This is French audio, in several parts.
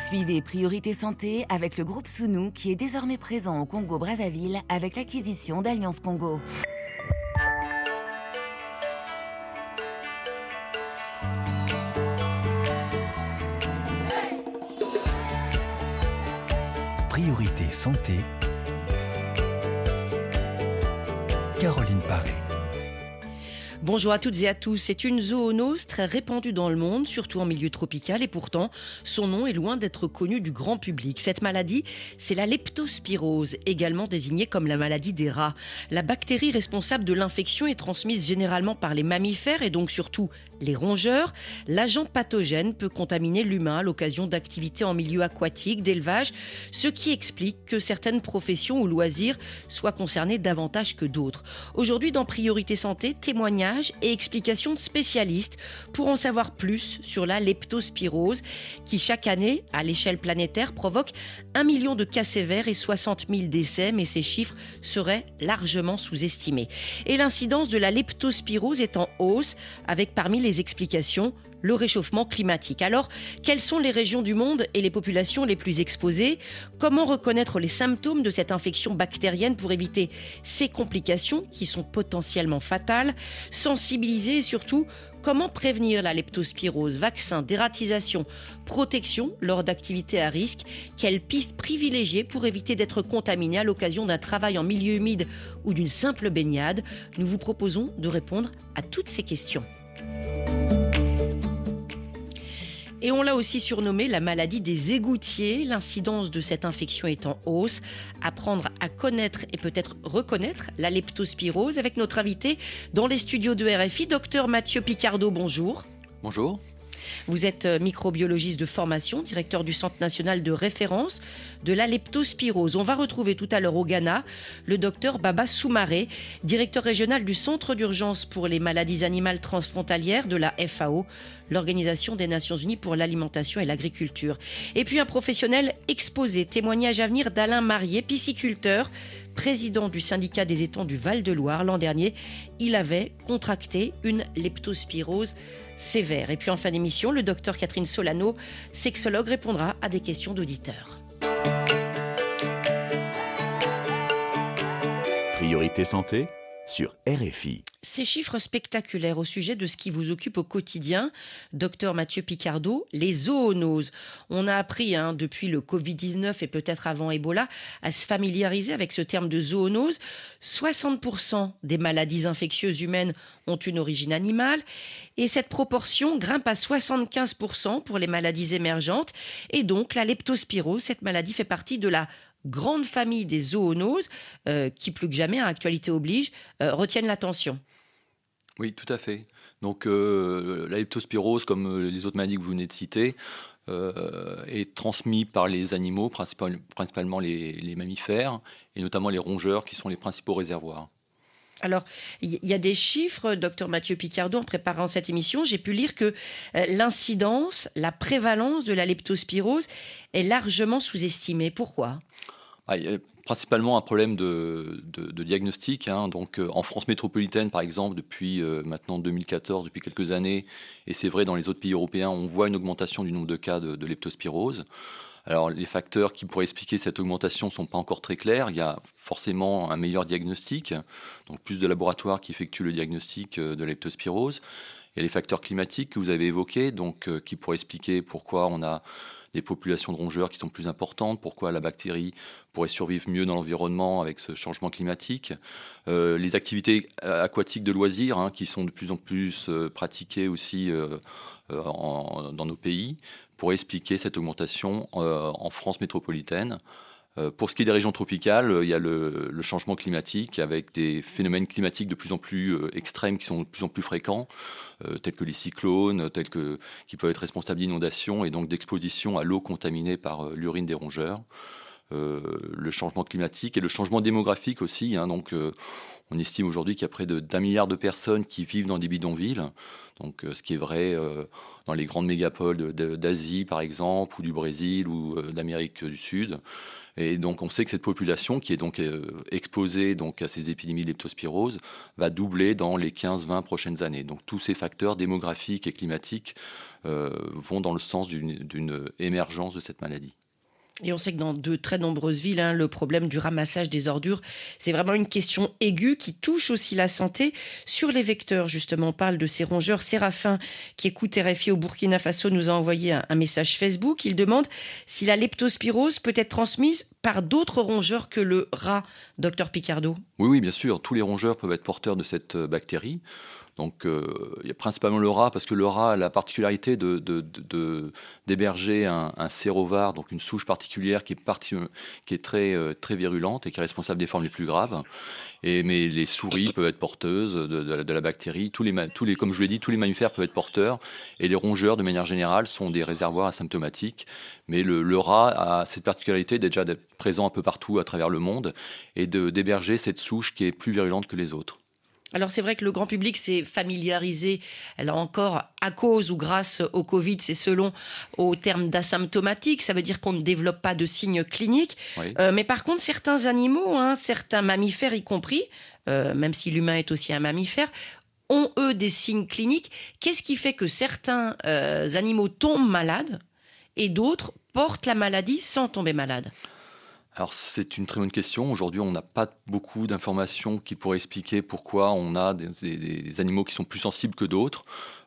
Suivez Priorité Santé avec le groupe Sounou qui est désormais présent au Congo-Brazzaville avec l'acquisition d'Alliance Congo. Priorité Santé, Caroline Paré. Bonjour à toutes et à tous. C'est une zoonose très répandue dans le monde, surtout en milieu tropical, et pourtant, son nom est loin d'être connu du grand public. Cette maladie, c'est la leptospirose, également désignée comme la maladie des rats. La bactérie responsable de l'infection est transmise généralement par les mammifères et donc surtout les rongeurs. L'agent pathogène peut contaminer l'humain à l'occasion d'activités en milieu aquatique, d'élevage, ce qui explique que certaines professions ou loisirs soient concernés davantage que d'autres. Aujourd'hui, dans Priorité Santé, témoignages et explications de spécialistes pour en savoir plus sur la leptospirose qui chaque année, à l'échelle planétaire, provoque 1 million de cas sévères et 60 000 décès, mais ces chiffres seraient largement sous-estimés. Et l'incidence de la leptospirose est en hausse, avec parmi les explications le réchauffement climatique. Alors, quelles sont les régions du monde et les populations les plus exposées ? Comment reconnaître les symptômes de cette infection bactérienne pour éviter ces complications qui sont potentiellement fatales ? Sensibiliser et surtout, comment prévenir la leptospirose ? Vaccin, dératisation, protection lors d'activités à risque ? Quelles pistes privilégier pour éviter d'être contaminé à l'occasion d'un travail en milieu humide ou d'une simple baignade ? Nous vous proposons de répondre à toutes ces questions. Et on l'a aussi surnommée la maladie des égoutiers. L'incidence de cette infection est en hausse. Apprendre à connaître et peut-être reconnaître la leptospirose avec notre invité dans les studios de RFI, docteur Mathieu Picardeau. Bonjour. Bonjour. Vous êtes microbiologiste de formation, directeur du Centre national de référence de la leptospirose. On va retrouver tout à l'heure au Ghana le docteur Baba Soumaré, directeur régional du Centre d'urgence pour les maladies animales transfrontalières de la FAO, l'Organisation des Nations Unies pour l'alimentation et l'agriculture. Et puis un professionnel exposé, témoignage à venir d'Alain Marié, pisciculteur, président du syndicat des étangs du Val-de-Loire. L'an dernier, il avait contracté une leptospirose sévère. Et puis en fin d'émission, le docteur Catherine Solano, sexologue, répondra à des questions d'auditeurs. Priorité Santé sur RFI. Ces chiffres spectaculaires au sujet de ce qui vous occupe au quotidien, docteur Mathieu Picardeau, les zoonoses. On a appris depuis le Covid-19 et peut-être avant Ebola à se familiariser avec ce terme de zoonose. 60% des maladies infectieuses humaines ont une origine animale et cette proportion grimpe à 75% pour les maladies émergentes. Et donc la leptospirose, cette maladie fait partie de la grande famille des zoonoses qui, plus que jamais, à actualité oblige, retiennent l'attention. Oui, tout à fait. Donc la leptospirose, comme les autres maladies que vous venez de citer, est transmise par les animaux, principalement les mammifères, et notamment les rongeurs, qui sont les principaux réservoirs. Alors, il y a des chiffres, docteur Mathieu Picardeau, en préparant cette émission, j'ai pu lire que l'incidence, la prévalence de la leptospirose est largement sous-estimée. Pourquoi ? Il y a principalement un problème de diagnostic. Donc, en France métropolitaine, par exemple, depuis maintenant 2014, depuis quelques années, et c'est vrai dans les autres pays européens, on voit une augmentation du nombre de cas de leptospirose. Alors, les facteurs qui pourraient expliquer cette augmentation ne sont pas encore très clairs. Il y a forcément un meilleur diagnostic, donc plus de laboratoires qui effectuent le diagnostic de la leptospirose. Il y a les facteurs climatiques que vous avez évoqués, donc qui pourraient expliquer pourquoi on a des populations de rongeurs qui sont plus importantes, pourquoi la bactérie pourrait survivre mieux dans l'environnement avec ce changement climatique. Les activités aquatiques de loisirs qui sont de plus en plus pratiquées aussi dans nos pays pourraient expliquer cette augmentation en France métropolitaine. Pour ce qui est des régions tropicales, il y a le changement climatique avec des phénomènes climatiques de plus en plus extrêmes qui sont de plus en plus fréquents, tels que les cyclones, qui peuvent être responsables d'inondations et donc d'exposition à l'eau contaminée par l'urine des rongeurs. le changement climatique et le changement démographique aussi. Donc, on estime aujourd'hui qu'il y a près d'1 milliard de personnes qui vivent dans des bidonvilles. Donc, ce qui est vrai dans les grandes mégapoles d'Asie, par exemple, ou du Brésil, ou d'Amérique du Sud. Et donc, on sait que cette population, qui est donc exposée donc, à ces épidémies de leptospirose, va doubler dans les 15-20 prochaines années. Donc, tous ces facteurs démographiques et climatiques vont dans le sens d'une émergence de cette maladie. Et on sait que dans de très nombreuses villes, le problème du ramassage des ordures, c'est vraiment une question aiguë qui touche aussi la santé. Sur les vecteurs, justement, on parle de ces rongeurs. Séraphin, qui écoute RFI au Burkina Faso, nous a envoyé un message Facebook. Il demande si la leptospirose peut être transmise par d'autres rongeurs que le rat, docteur Picardo. Oui, bien sûr. Tous les rongeurs peuvent être porteurs de cette bactérie. Donc, il y a principalement le rat, parce que le rat a la particularité d'héberger un sérovar, donc une souche particulière qui est très virulente et qui est responsable des formes les plus graves. Mais les souris peuvent être porteuses de la bactérie. Comme je l'ai dit, tous les mammifères peuvent être porteurs. Et les rongeurs, de manière générale, sont des réservoirs asymptomatiques. Mais le rat a cette particularité d'être présent un peu partout à travers le monde et d'héberger cette souche qui est plus virulente que les autres. Alors c'est vrai que le grand public s'est familiarisé, là encore, à cause ou grâce au Covid, c'est selon, au terme d'asymptomatique, ça veut dire qu'on ne développe pas de signes cliniques. Oui. Mais par contre, certains animaux, certains mammifères y compris, même si l'humain est aussi un mammifère, ont eux des signes cliniques. Qu'est-ce qui fait que certains animaux tombent malades et d'autres portent la maladie sans tomber malades ? Alors c'est une très bonne question. Aujourd'hui, on n'a pas beaucoup d'informations qui pourraient expliquer pourquoi on a des animaux qui sont plus sensibles que d'autres.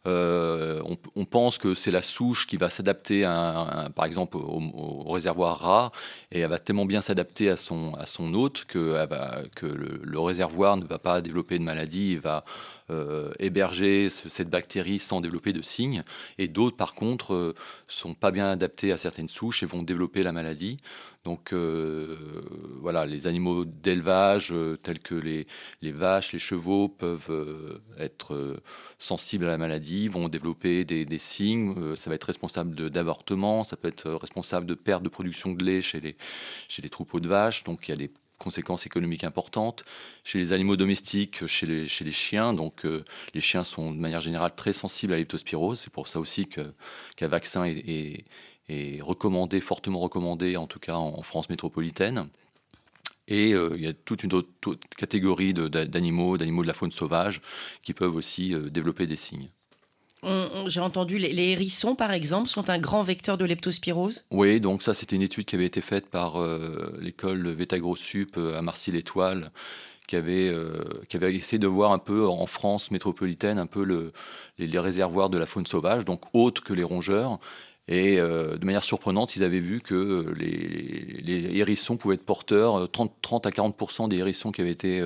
On pense que c'est la souche qui va s'adapter, par exemple, au réservoir rat, et elle va tellement bien s'adapter à son hôte que le réservoir ne va pas développer de maladie, il va héberger cette bactérie sans développer de signes. Et d'autres, par contre, sont pas bien adaptés à certaines souches et vont développer la maladie. Donc voilà, les animaux d'élevage tels que les vaches, les chevaux peuvent être sensibles à la maladie, vont développer des signes. Ça va être responsable d'avortement, ça peut être responsable de perte de production de lait chez les troupeaux de vaches. Donc il y a des conséquences économiques importantes. Chez les animaux domestiques, chez les chiens, donc les chiens sont de manière générale très sensibles à la leptospirose. C'est pour ça aussi qu'un vaccin est recommandé, fortement recommandé, en tout cas en France métropolitaine. Et il y a toute une autre catégorie d'animaux de la faune sauvage qui peuvent aussi développer des signes. J'ai entendu les hérissons, par exemple, sont un grand vecteur de leptospirose. Oui, donc ça, c'était une étude qui avait été faite par l'école Vétagrosup à Marcy-l'Étoile, qui avait essayé de voir un peu en France métropolitaine un peu les réservoirs de la faune sauvage, donc autres que les rongeurs. Et de manière surprenante, ils avaient vu que les hérissons pouvaient être porteurs, 30 à 40% des hérissons qui avaient été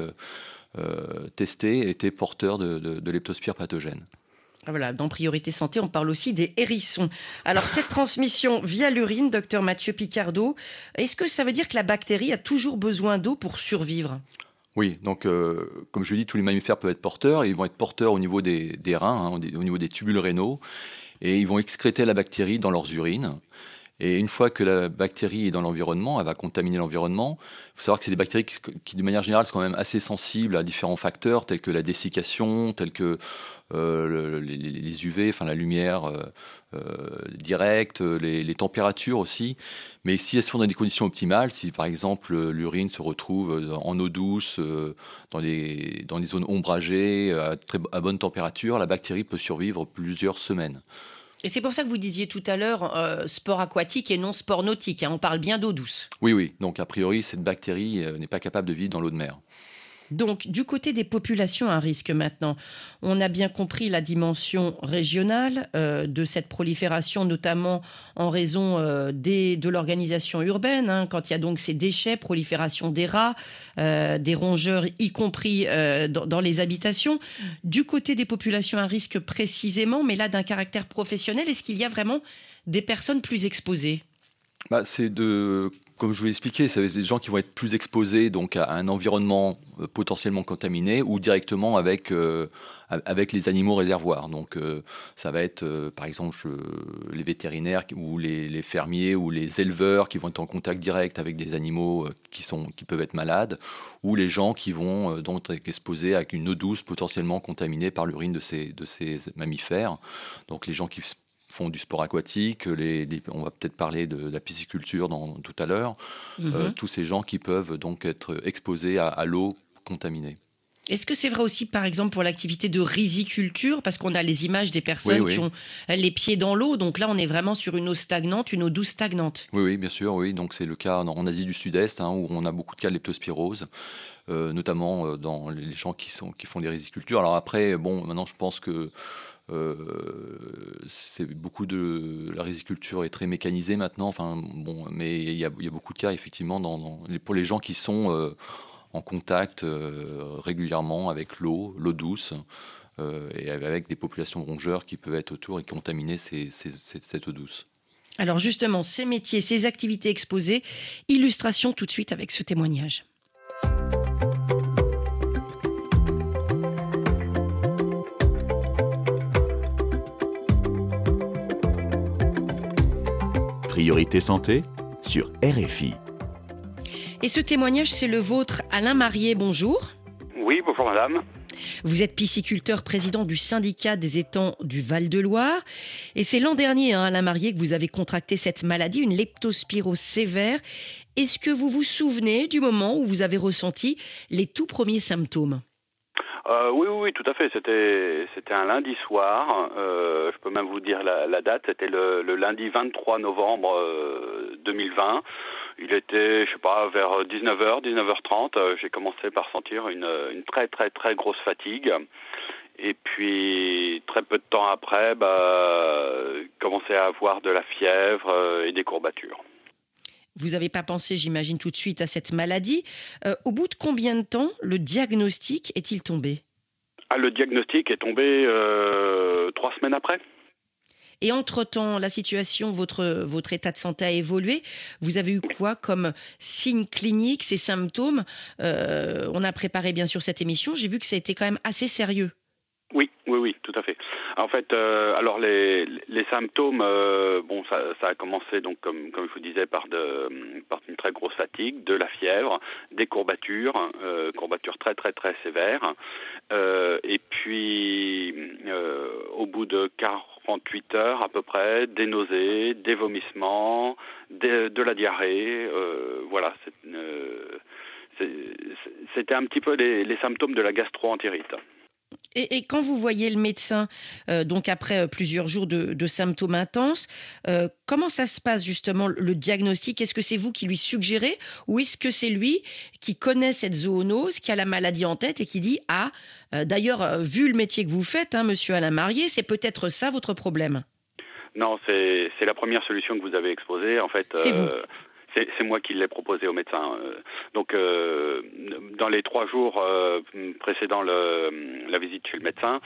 testés étaient porteurs de leptospire pathogène. Voilà, dans Priorité Santé, on parle aussi des hérissons. Alors, cette transmission via l'urine, docteur Mathieu Picardo, est-ce que ça veut dire que la bactérie a toujours besoin d'eau pour survivre ? Oui, donc comme je l'ai dit, tous les mammifères peuvent être porteurs, et ils vont être porteurs au niveau des reins, au niveau des tubules rénaux, et ils vont excréter la bactérie dans leurs urines. Et une fois que la bactérie est dans l'environnement, elle va contaminer l'environnement. Il faut savoir que c'est des bactéries qui, de manière générale, sont quand même assez sensibles à différents facteurs, tels que la dessiccation, tels que les UV, enfin la lumière directe, les températures aussi. Mais si elles sont dans des conditions optimales, si par exemple l'urine se retrouve en eau douce, dans des zones ombragées, à bonne température, la bactérie peut survivre plusieurs semaines. Et c'est pour ça que vous disiez tout à l'heure sport aquatique et non sport nautique. On parle bien d'eau douce. Oui. Donc, a priori, cette bactérie n'est pas capable de vivre dans l'eau de mer. Donc, du côté des populations à risque maintenant, on a bien compris la dimension régionale de cette prolifération, notamment en raison de l'organisation urbaine, quand il y a donc ces déchets, prolifération des rats, des rongeurs, y compris dans les habitations. Du côté des populations à risque précisément, mais là d'un caractère professionnel, est-ce qu'il y a vraiment des personnes plus exposées ? C'est comme je vous l'ai expliqué, c'est des gens qui vont être plus exposés donc à un environnement potentiellement contaminé ou directement avec les animaux réservoirs. Donc ça va être par exemple les vétérinaires ou les fermiers ou les éleveurs qui vont être en contact direct avec des animaux qui peuvent être malades, ou les gens qui vont donc être exposés à une eau douce potentiellement contaminée par l'urine de ces mammifères. Donc les gens qui font du sport aquatique, on va peut-être parler de la pisciculture tout à l'heure, tous ces gens qui peuvent donc être exposés à l'eau contaminée. Est-ce que c'est vrai aussi, par exemple, pour l'activité de riziculture, parce qu'on a les images des personnes qui ont les pieds dans l'eau, donc là on est vraiment sur une eau stagnante, une eau douce stagnante. Oui, bien sûr, oui. Donc c'est le cas en Asie du Sud-Est, où on a beaucoup de cas de leptospirose, notamment dans les gens qui font des rizicultures. Alors après, maintenant je pense que c'est beaucoup de la riziculture est très mécanisée maintenant. Mais il y a beaucoup de cas effectivement pour les gens qui sont en contact régulièrement avec l'eau douce et avec des populations de rongeurs qui peuvent être autour et contaminer cette eau douce. Alors justement, ces métiers, ces activités exposées, illustration tout de suite avec ce témoignage. Priorité santé sur RFI. Et ce témoignage, c'est le vôtre. Alain Marié, bonjour. Oui, bonjour madame. Vous êtes pisciculteur, président du syndicat des étangs du Val-de-Loire. Et c'est l'an dernier, Alain Marié, que vous avez contracté cette maladie, une leptospirose sévère. Est-ce que vous vous souvenez du moment où vous avez ressenti les tout premiers symptômes ? Oui, tout à fait. C'était un lundi soir. Je peux même vous dire la date. C'était le lundi 23 novembre 2020. Il était, vers 19h, 19h30. J'ai commencé par sentir une très, très, très grosse fatigue. Et puis, très peu de temps après, commençais à avoir de la fièvre et des courbatures. Vous n'avez pas pensé, j'imagine, tout de suite à cette maladie. Au bout de combien de temps le diagnostic est-il tombé ? Le diagnostic est tombé 3 semaines après. Et entre-temps, la situation, votre état de santé a évolué. Vous avez eu quoi comme signes cliniques, ces symptômes ? On a préparé bien sûr cette émission. J'ai vu que ça a été quand même assez sérieux. Oui, tout à fait. En fait, alors les symptômes, ça a commencé donc comme je vous disais par une très grosse fatigue, de la fièvre, des courbatures très très très sévères, et puis au bout de 48 heures à peu près, des nausées, des vomissements, de la diarrhée, voilà. C'était un petit peu les symptômes de la gastro-entérite. Et quand vous voyez le médecin, donc après plusieurs jours de symptômes intenses, comment ça se passe justement le diagnostic ? Est-ce que c'est vous qui lui suggérez ou est-ce que c'est lui qui connaît cette zoonose, qui a la maladie en tête et qui dit « d'ailleurs, vu le métier que vous faites, monsieur Alain Marié, c'est peut-être ça votre problème ». Non, c'est la première solution que vous avez exposée. En fait, c'est vous. C'est moi qui l'ai proposé au médecin. Donc, dans les 3 jours précédant la visite chez le médecin,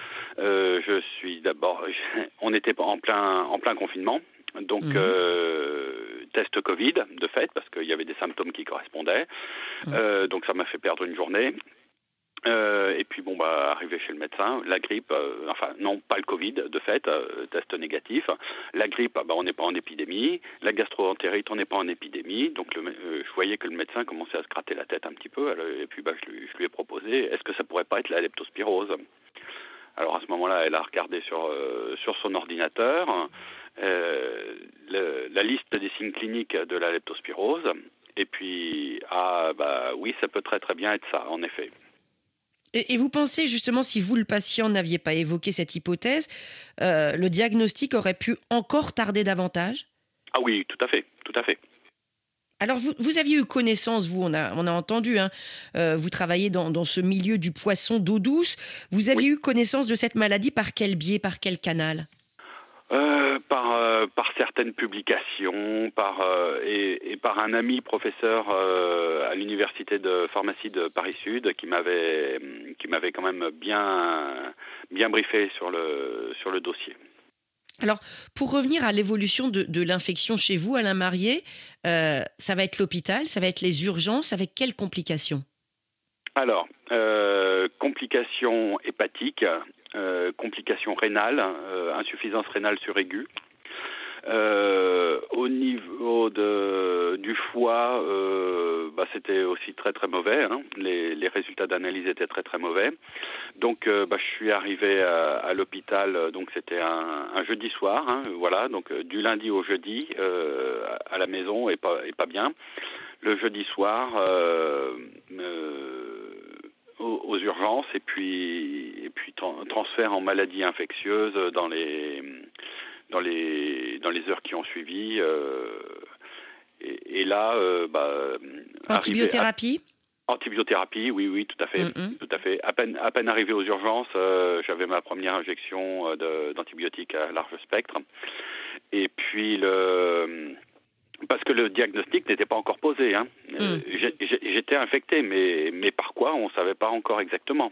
on était en plein confinement. Donc, test Covid, de fait, parce qu'il y avait des symptômes qui correspondaient. Donc, ça m'a fait perdre une journée. Et puis arrivé chez le médecin, la grippe, non pas le Covid de fait, test négatif. La grippe, on n'est pas en épidémie. La gastro-entérite, on n'est pas en épidémie. Donc je voyais que le médecin commençait à se gratter la tête un petit peu. Et puis je lui ai proposé, est-ce que ça pourrait pas être la leptospirose ? Alors à ce moment-là, elle a regardé sur son ordinateur la liste des signes cliniques de la leptospirose. Et puis oui, ça peut très très bien être ça, en effet. Et vous pensez justement, si vous, le patient, n'aviez pas évoqué cette hypothèse, le diagnostic aurait pu encore tarder davantage ? Ah oui, tout à fait. Alors, vous aviez eu connaissance, vous, on a entendu, vous travaillez dans ce milieu du poisson d'eau douce. Vous aviez eu connaissance de cette maladie par quel biais, par quel canal ? Par certaines publications, et par un ami professeur à l'université de pharmacie de Paris Sud qui m'avait quand même bien briefé sur le dossier. Alors, pour revenir à l'évolution de l'infection chez vous, Alain Marié, ça va être l'hôpital, ça va être les urgences, avec quelles complications? Alors, complications hépatiques, complications rénales, insuffisance rénale suraiguë. Au niveau du foie, c'était aussi très très mauvais. Hein. Les résultats d'analyse étaient très très mauvais. Donc, je suis arrivé à l'hôpital. Donc, c'était un jeudi soir. Hein, voilà. Donc, du lundi au jeudi à la maison et pas bien. Le jeudi soir. Aux urgences et puis transfert en maladie infectieuse dans les heures qui ont suivi. Et là, antibiothérapie. Antibiothérapie, oui, tout à fait, tout à fait. À peine arrivé aux urgences, j'avais ma première injection d'antibiotiques à large spectre. Et puis parce que le diagnostic n'était pas encore posé. Hein. J'étais infecté, mais par quoi, on ne savait pas encore exactement.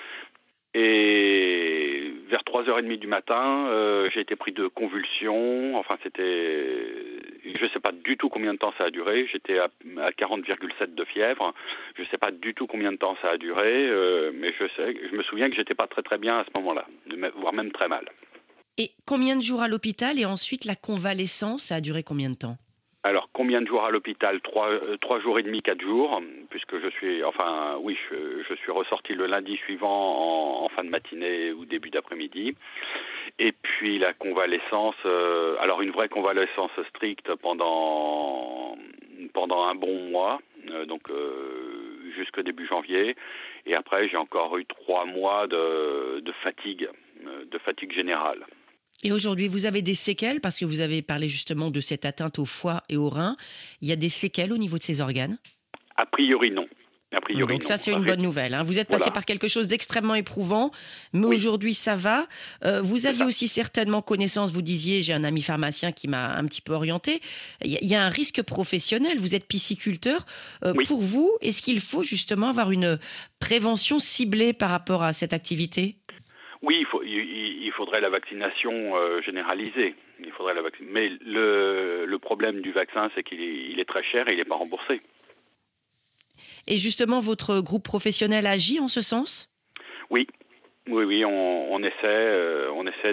Et vers 3h30 du matin, j'ai été pris de convulsions. Enfin, je ne sais pas du tout combien de temps ça a duré. J'étais à 40,7 de fièvre. Je ne sais pas du tout combien de temps ça a duré, mais je me souviens que j'étais pas très très bien à ce moment-là, voire même très mal. Et combien de jours à l'hôpital et ensuite la convalescence, ça a duré combien de temps? Alors, combien de jours à l'hôpital? 3 jours et demi, 4 jours, puisque je suis ressorti le lundi suivant en fin de matinée ou début d'après-midi. Et puis la convalescence, alors une vraie convalescence stricte pendant un bon mois, jusqu'au début janvier. Et après, j'ai encore eu 3 mois de fatigue générale. Et aujourd'hui, vous avez des séquelles, parce que vous avez parlé justement de cette atteinte au foie et au rein. Il y a des séquelles au niveau de ces organes? A priori, non. Donc ça, c'est une bonne nouvelle. Hein. Vous êtes passé par quelque chose d'extrêmement éprouvant, mais aujourd'hui, ça va. Vous aviez aussi certainement connaissance, vous disiez, j'ai un ami pharmacien qui m'a un petit peu orienté. Il y a un risque professionnel. Vous êtes pisciculteur. Pour vous, est-ce qu'il faut justement avoir une prévention ciblée par rapport à cette activité? Oui, il faudrait la vaccination généralisée. Mais le problème du vaccin, c'est qu'il est très cher et il n'est pas remboursé. Et justement, votre groupe professionnel agit en ce sens? Oui, on essaie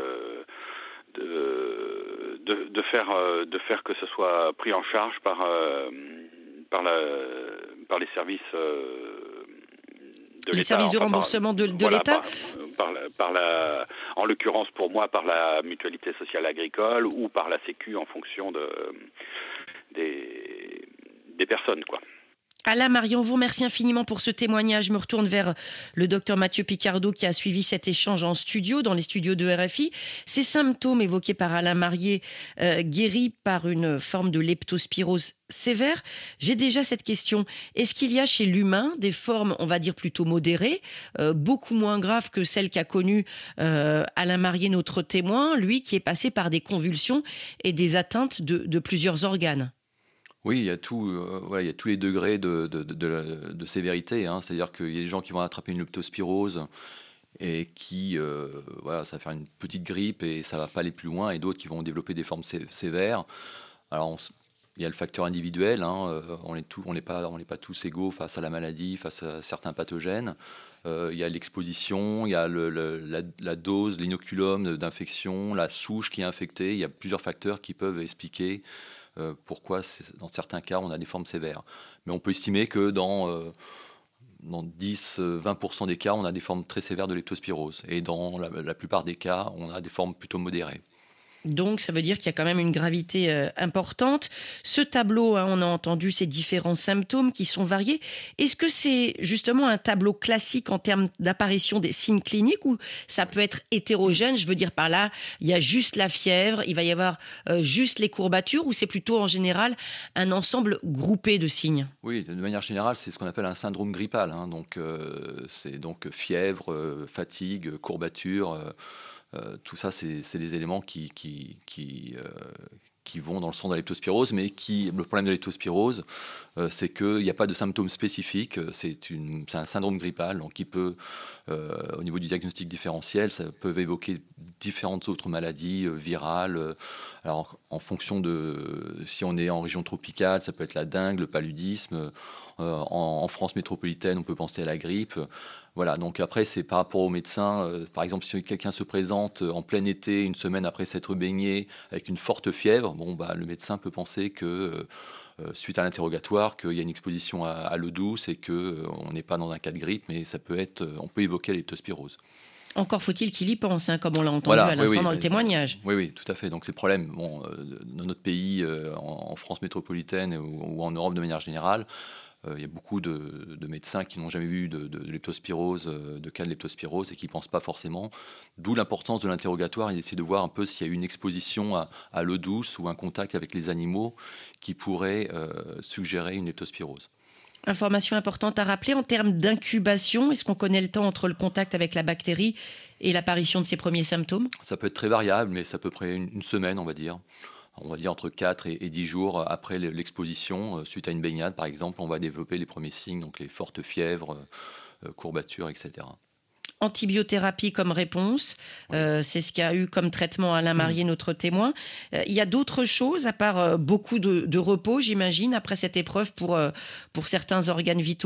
de faire que ce soit pris en charge par les services de l'État. Les services de remboursement de l'État? En l'occurrence pour moi par la mutualité sociale agricole ou par la Sécu en fonction des personnes, quoi. Alain Marié, on vous remercie infiniment pour ce témoignage. Je me retourne vers le docteur Mathieu Picardot qui a suivi cet échange en studio, dans les studios de RFI. Ces symptômes évoqués par Alain Marié, guéris par une forme de leptospirose sévère. J'ai déjà cette question. Est-ce qu'il y a chez l'humain des formes, on va dire plutôt modérées, beaucoup moins graves que celles qu'a connues Alain Marié, notre témoin, lui qui est passé par des convulsions et des atteintes de plusieurs organes? Oui, il y a tous les degrés de sévérité. Hein. C'est-à-dire qu'il y a des gens qui vont attraper une leptospirose et qui, ça va faire une petite grippe et ça va pas aller plus loin, et d'autres qui vont développer des formes sévères. Alors, il y a le facteur individuel. Hein. On n'est pas tous égaux face à la maladie, face à certains pathogènes. Il y a l'exposition, il y a la dose, l'inoculum d'infection, la souche qui est infectée. Il y a plusieurs facteurs qui peuvent expliquer pourquoi, dans certains cas, on a des formes sévères. Mais on peut estimer que dans 10-20% des cas, on a des formes très sévères de leptospirose. Et dans la plupart des cas, on a des formes plutôt modérées. Donc, ça veut dire qu'il y a quand même une gravité importante. Ce tableau, on a entendu ces différents symptômes qui sont variés. Est-ce que c'est justement un tableau classique en termes d'apparition des signes cliniques ou ça peut être hétérogène? Je veux dire par là, il y a juste la fièvre, il va y avoir juste les courbatures, ou c'est plutôt en général un ensemble groupé de signes? Oui, de manière générale, c'est ce qu'on appelle un syndrome grippal. Hein. Donc, c'est donc fièvre, fatigue, courbature. Tout ça, c'est des éléments qui qui vont dans le sens de la leptospirose, mais le problème de la leptospirose, c'est qu'il n'y a pas de symptômes spécifiques. C'est un syndrome grippal, donc qui peut, au niveau du diagnostic différentiel, ça peut évoquer différentes autres maladies virales. Alors, en fonction de si on est en région tropicale, ça peut être la dengue, le paludisme. En France métropolitaine, on peut penser à la grippe. Voilà, donc après, c'est par rapport aux médecins. Par exemple, si quelqu'un se présente en plein été, une semaine après s'être baigné, avec une forte fièvre, le médecin peut penser que, suite à l'interrogatoire, qu'il y a une exposition à l'eau douce et qu'on n'est pas dans un cas de grippe, mais on peut évoquer la leptospirose. Encore faut-il qu'il y pense, comme on l'a entendu à l'instant dans le témoignage. Oui, tout à fait. Donc, c'est le problème. Dans notre pays, en France métropolitaine ou en Europe de manière générale, il y a beaucoup de médecins qui n'ont jamais vu de leptospirose, de cas de leptospirose et qui ne pensent pas forcément. D'où l'importance de l'interrogatoire et d'essayer de voir un peu s'il y a une exposition à l'eau douce ou un contact avec les animaux qui pourrait suggérer une leptospirose. Information importante à rappeler en termes d'incubation. Est-ce qu'on connaît le temps entre le contact avec la bactérie et l'apparition de ces premiers symptômes ? Ça peut être très variable, mais c'est à peu près une semaine, on va dire. On va dire entre 4 et 10 jours après l'exposition, suite à une baignade par exemple, on va développer les premiers signes, donc les fortes fièvres, courbatures, etc. Antibiothérapie comme réponse, c'est ce qu'a eu comme traitement Alain Marié, notre témoin. Il y a d'autres choses, à part beaucoup de repos, j'imagine, après cette épreuve pour certains organes vitaux ?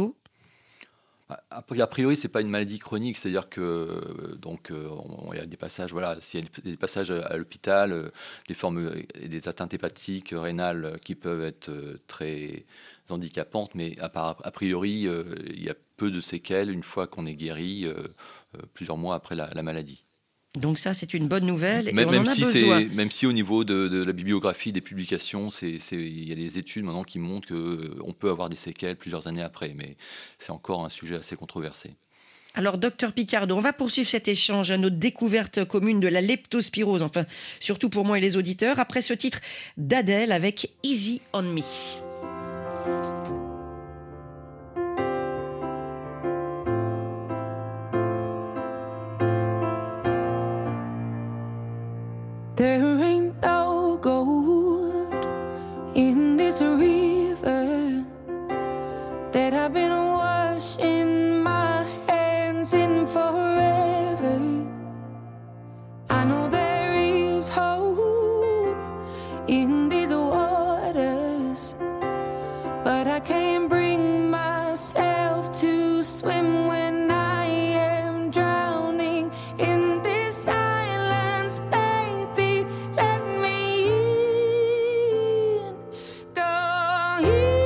A priori, c'est pas une maladie chronique, c'est-à-dire que il y a des passages, s'il y a des passages à l'hôpital, des formes et des atteintes hépatiques, rénales qui peuvent être très handicapantes, mais a priori, il y a peu de séquelles une fois qu'on est guéri, plusieurs mois après la maladie. Donc ça, c'est une bonne nouvelle et on même en a si besoin. Même si au niveau de la bibliographie des publications, il y a des études maintenant qui montrent qu'on peut avoir des séquelles plusieurs années après, mais c'est encore un sujet assez controversé. Alors, docteur Picardo, on va poursuivre cet échange à notre découverte commune de la leptospirose, enfin, surtout pour moi et les auditeurs, après ce titre d'Adèle avec Easy on Me. There ain't no gold in this river that I've been washing my hands in forever. I know there is hope in these waters, but I can't bring myself to swim when I am drowning in this silence. Baby, let me in. Go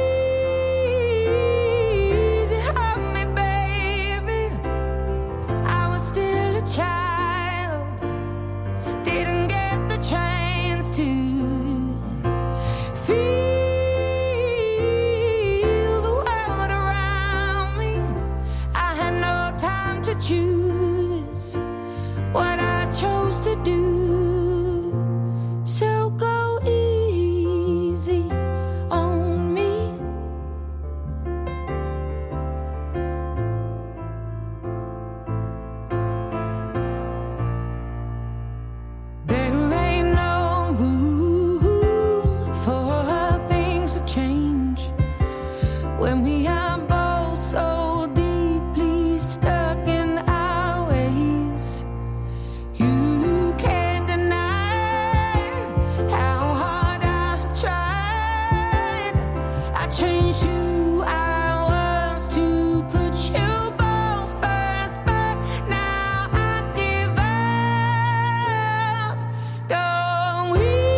easy on me, baby. I was still a child, didn't get the chance to feel the world around me. I had no time to choose what I chose to do. So go easy on me. There ain't no room for things to change when we are both so deeply stuck in our ways. You can't deny how hard I've tried. I changed who I was to put you both first, but now I give up. Go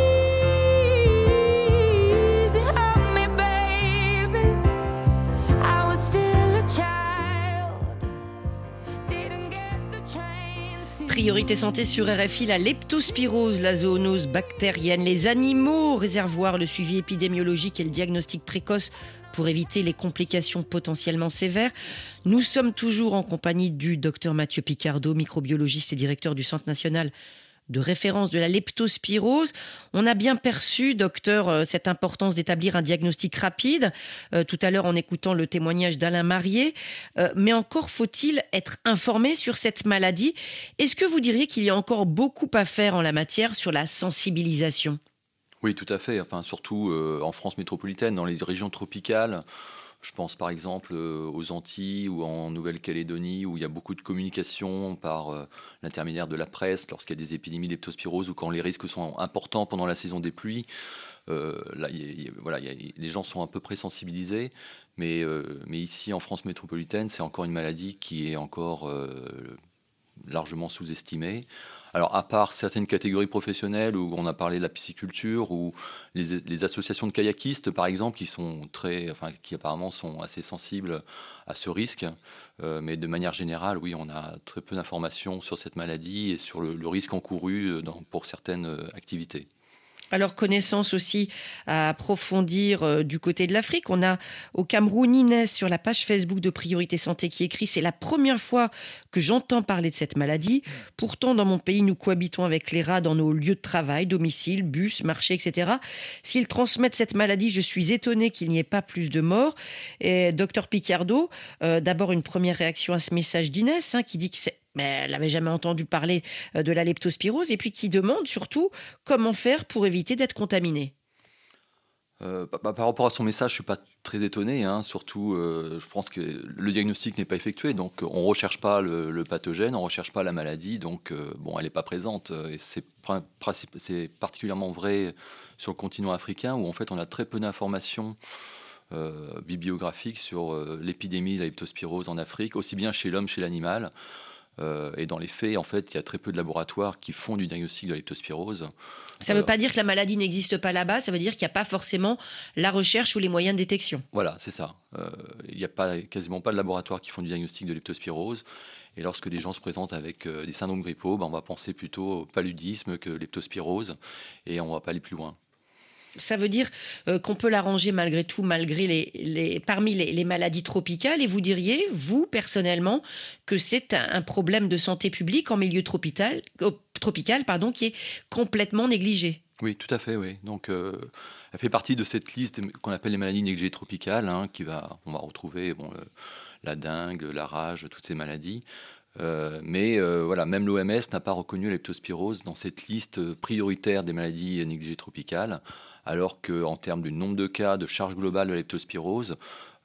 easy on me, baby. I was still a child, didn't get the chance to. Priorité santé sur RFI, la leptospirose, la zoonose bactérienne, les animaux, réservoirs, le suivi épidémiologique et le diagnostic précoce pour éviter les complications potentiellement sévères. Nous sommes toujours en compagnie du docteur Mathieu Picardo, microbiologiste et directeur du Centre national de référence de la leptospirose. On a bien perçu, docteur, cette importance d'établir un diagnostic rapide, tout à l'heure en écoutant le témoignage d'Alain Marié, mais encore faut-il être informé sur cette maladie. Est-ce que vous diriez qu'il y a encore beaucoup à faire en la matière sur la sensibilisation ? Oui, tout à fait. Enfin, surtout en France métropolitaine, dans les régions tropicales. Je pense par exemple aux Antilles ou en Nouvelle-Calédonie où il y a beaucoup de communication par l'intermédiaire de la presse lorsqu'il y a des épidémies de leptospirose ou quand les risques sont importants pendant la saison des pluies. Là, voilà, les gens sont à peu près sensibilisés, mais ici en France métropolitaine, c'est encore une maladie qui est encore largement sous-estimée. Alors, à part certaines catégories professionnelles où on a parlé de la pisciculture ou les associations de kayakistes, par exemple, qui apparemment sont assez sensibles à ce risque, mais de manière générale, oui, on a très peu d'informations sur cette maladie et sur le risque encouru pour certaines activités. Alors, connaissance aussi à approfondir du côté de l'Afrique. On a au Cameroun Inès sur la page Facebook de Priorité Santé qui écrit « C'est la première fois que j'entends parler de cette maladie. Pourtant, dans mon pays, nous cohabitons avec les rats dans nos lieux de travail, domicile, bus, marché, etc. S'ils transmettent cette maladie, je suis étonnée qu'il n'y ait pas plus de morts. » Et Docteur Picardo, d'abord une première réaction à ce message d'Inès qui dit que mais elle n'avait jamais entendu parler de la leptospirose et puis qui demande surtout comment faire pour éviter d'être contaminé. Par rapport à son message, je ne suis pas très étonné. Surtout, je pense que le diagnostic n'est pas effectué. Donc, on ne recherche pas le pathogène, on ne recherche pas la maladie. Donc, elle n'est pas présente. Et c'est particulièrement vrai sur le continent africain où, en fait, on a très peu d'informations bibliographiques sur l'épidémie de la leptospirose en Afrique, aussi bien chez l'homme, chez l'animal. Et dans les faits, en fait, il y a très peu de laboratoires qui font du diagnostic de la leptospirose. Ça ne veut pas dire que la maladie n'existe pas là-bas, ça veut dire qu'il n'y a pas forcément la recherche ou les moyens de détection. Voilà, c'est ça. Il n'y a quasiment pas de laboratoires qui font du diagnostic de leptospirose. Et lorsque des gens se présentent avec des syndromes grippaux, on va penser plutôt au paludisme que leptospirose, et on ne va pas aller plus loin. Ça veut dire qu'on peut l'arranger malgré tout, parmi les maladies tropicales. Et vous diriez, vous, personnellement, que c'est un problème de santé publique en milieu tropical, qui est complètement négligé. Oui, tout à fait, oui. Donc, elle fait partie de cette liste qu'on appelle les maladies négligées tropicales, on va retrouver la dengue, la rage, toutes ces maladies. Mais même l'OMS n'a pas reconnu la leptospirose dans cette liste prioritaire des maladies négligées tropicales, alors qu'en termes du nombre de cas, de charge globale de la leptospirose,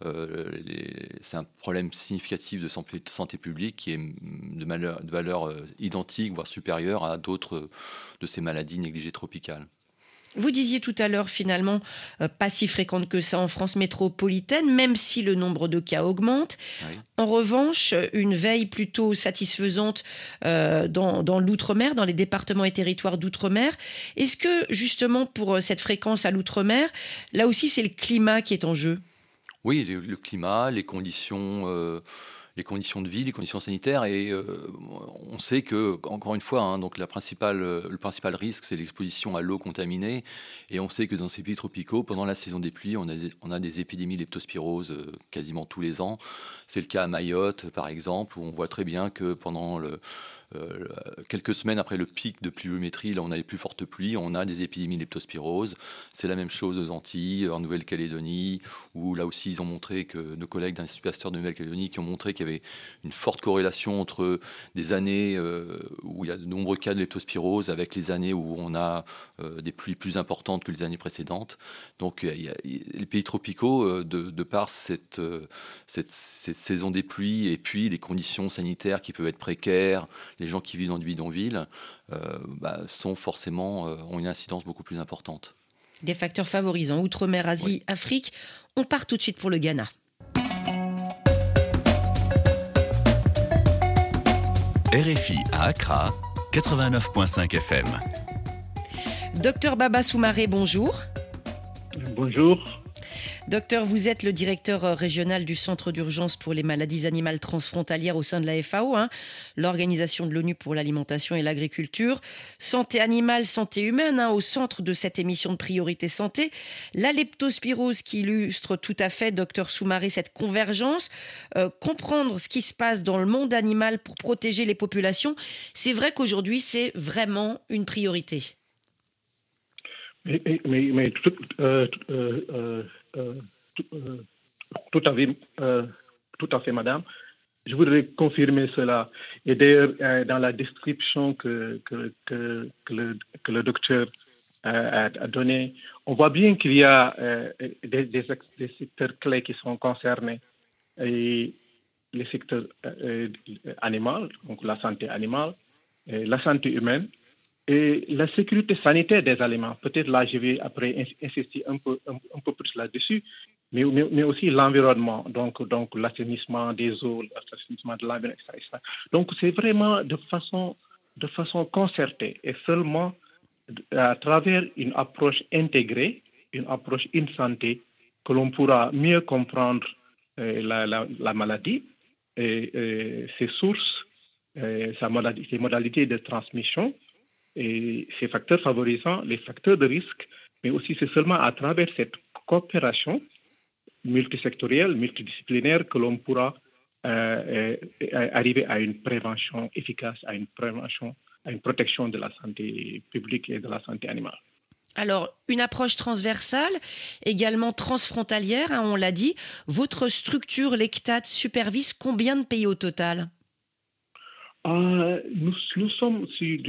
c'est un problème significatif de santé publique qui est de valeur identique, voire supérieure à d'autres de ces maladies négligées tropicales. Vous disiez tout à l'heure, finalement, pas si fréquente que ça en France métropolitaine, même si le nombre de cas augmente. Oui. En revanche, une veille plutôt satisfaisante dans l'outre-mer, dans les départements et territoires d'outre-mer. Est-ce que, justement, pour cette fréquence à l'outre-mer, là aussi, c'est le climat qui est en jeu ? Oui, le climat, les conditions de vie, les conditions sanitaires, et on sait que, encore une fois, donc le principal risque, c'est l'exposition à l'eau contaminée, et on sait que dans ces pays tropicaux, pendant la saison des pluies, on a des épidémies de leptospirose quasiment tous les ans. C'est le cas à Mayotte, par exemple, où on voit très bien que pendant quelques semaines après le pic de pluviométrie, là on a les plus fortes pluies, on a des épidémies de leptospirose. C'est la même chose aux Antilles, en Nouvelle-Calédonie, où là aussi ils ont montré que nos collègues d'un Institut Pasteur de Nouvelle-Calédonie qui ont montré qu'il y avait une forte corrélation entre des années où il y a de nombreux cas de leptospirose avec les années où on a des pluies plus importantes que les années précédentes. Donc les pays tropicaux, de par cette saison des pluies et puis les conditions sanitaires qui peuvent être précaires, les gens qui vivent dans des bidonvilles ont une incidence beaucoup plus importante. Des facteurs favorisants, Outre-mer, Asie, oui. Afrique. On part tout de suite pour le Ghana. RFI à Accra, 89.5 FM. Docteur Baba Soumaré, bonjour. Bonjour. Docteur, vous êtes le directeur régional du Centre d'urgence pour les maladies animales transfrontalières au sein de la FAO, l'Organisation de l'ONU pour l'alimentation et l'agriculture. Santé animale, santé humaine, au centre de cette émission de Priorité Santé. La leptospirose qui illustre tout à fait, docteur Soumaré, cette convergence. Comprendre ce qui se passe dans le monde animal pour protéger les populations, c'est vrai qu'aujourd'hui, c'est vraiment une priorité. Mais tout à fait, madame. Je voudrais confirmer cela. Et d'ailleurs, dans la description que le docteur à donner. On voit bien qu'il y a des secteurs clés qui sont concernés. Et les secteurs animal, donc la santé animale, la santé humaine et la sécurité sanitaire des aliments. Peut-être là, je vais après insister un peu plus là-dessus, mais aussi l'environnement, donc l'assainissement des eaux, l'assainissement de l'environnement, etc. Donc c'est vraiment de façon concertée et seulement à travers une approche intégrée, une approche in santé, que l'on pourra mieux comprendre la maladie, ses sources, ses modalités de transmission et ses facteurs favorisants, les facteurs de risque, mais aussi c'est seulement à travers cette coopération multisectorielle, multidisciplinaire que l'on pourra arriver à une prévention efficace, à une protection de la santé publique et de la santé animale. Alors, une approche transversale, également transfrontalière, on l'a dit. Votre structure, l'ECTAT, supervise combien de pays au total ? Nous sommes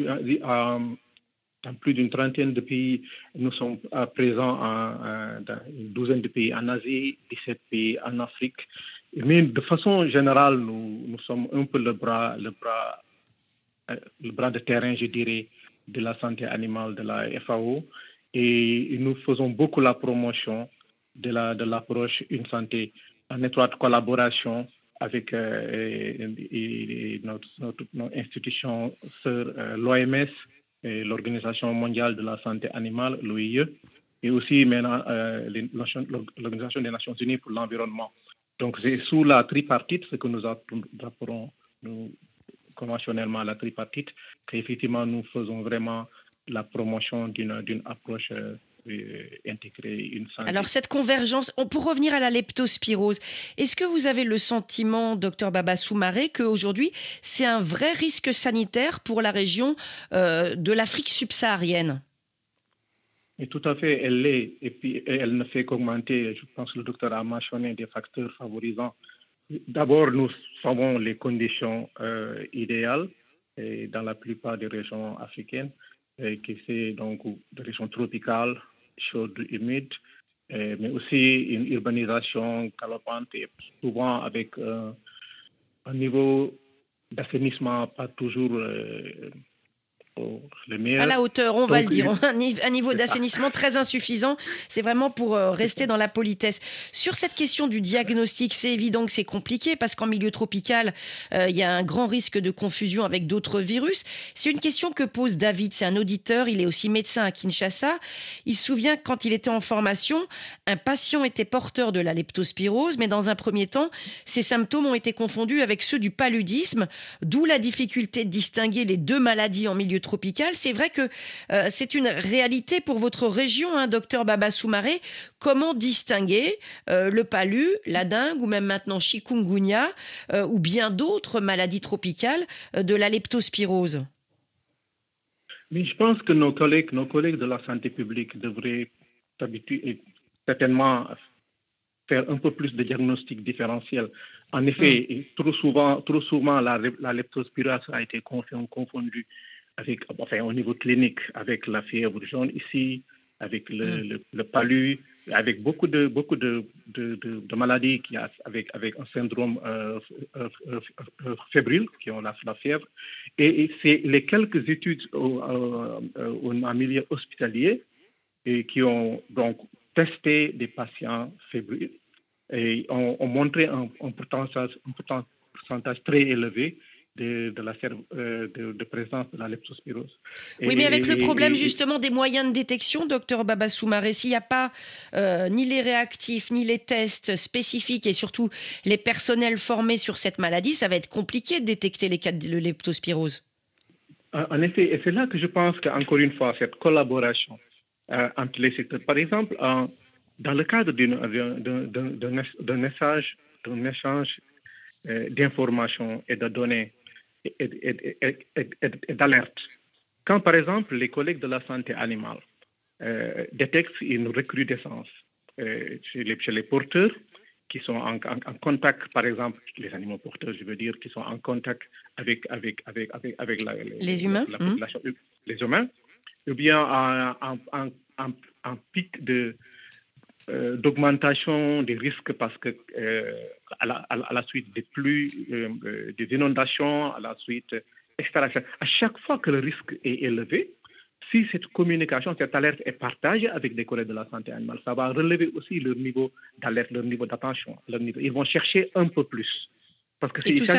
dans plus d'une trentaine de pays. Nous sommes présents dans une douzaine de pays en Asie, 17 pays en Afrique. Mais de façon générale, nous sommes un peu le bras de terrain, je dirais, de la santé animale de la FAO. Et nous faisons beaucoup la promotion de l'approche Une santé en étroite collaboration avec nos institutions sœurs, l'OMS, et l'Organisation mondiale de la santé animale, l'OIE, et aussi maintenant l'Organisation des Nations Unies pour l'environnement. Donc c'est sous la tripartite, ce que nous appelons conventionnellement la tripartite, qu'effectivement nous faisons vraiment la promotion d'une approche intégrée, une santé. Alors cette convergence, pour revenir à la leptospirose, est-ce que vous avez le sentiment, Dr Baba Soumaré, qu'aujourd'hui c'est un vrai risque sanitaire pour la région de l'Afrique subsaharienne ? Et tout à fait, elle l'est. Et puis elle ne fait qu'augmenter. Je pense que le docteur a mentionné des facteurs favorisants. D'abord, nous savons les conditions idéales dans la plupart des régions africaines, qui c'est donc des régions tropicales, chaudes, humides, mais aussi une urbanisation galopante et souvent avec un niveau d'assainissement pas toujours le meilleur. À la hauteur, on va le dire. Un niveau d'assainissement très insuffisant. C'est vraiment pour rester dans la politesse. Sur cette question du diagnostic, c'est évident que c'est compliqué parce qu'en milieu tropical, il y a un grand risque de confusion avec d'autres virus. C'est une question que pose David. C'est un auditeur. Il est aussi médecin à Kinshasa. Il se souvient que quand il était en formation, un patient était porteur de la leptospirose, mais dans un premier temps, ses symptômes ont été confondus avec ceux du paludisme, d'où la difficulté de distinguer les deux maladies en milieu tropical. C'est vrai que c'est une réalité pour votre région, docteur Baba Soumaré. Comment distinguer le palu, la dengue ou même maintenant chikungunya ou bien d'autres maladies tropicales de la leptospirose ? Mais je pense que nos collègues de la santé publique devraient s'habituer certainement à faire un peu plus de diagnostic différentiel. En effet, trop souvent la leptospirose a été confondue au niveau clinique avec la fièvre jaune ici, avec le palu, avec beaucoup de maladies avec un syndrome fébrile qui ont la fièvre. Et c'est les quelques études en milieu hospitalier et qui ont donc testé des patients fébriles et ont montré un pourcentage très élevé de présence de la leptospirose. Oui, mais avec le problème justement des moyens de détection, docteur Baba Soumaré, s'il n'y a pas ni les réactifs, ni les tests spécifiques et surtout les personnels formés sur cette maladie, ça va être compliqué de détecter les cas de leptospirose. En effet, et c'est là que je pense qu'encore une fois, cette collaboration entre les secteurs, par exemple, dans le cadre d'un échange d'informations et de données et d'alerte. Quand, par exemple, les collègues de la santé animale détectent une recrudescence chez les porteurs qui sont en contact, par exemple, les animaux porteurs, je veux dire, qui sont en contact avec les humains, la population, les humains, ou bien un pic d'augmentation des risques parce que à la suite des pluies, des inondations, à la suite, etc. À chaque fois que le risque est élevé, si cette communication, cette alerte est partagée avec des collègues de la santé animale, ça va relever aussi leur niveau d'alerte, leur niveau d'attention. Ils vont chercher un peu plus. Parce que Et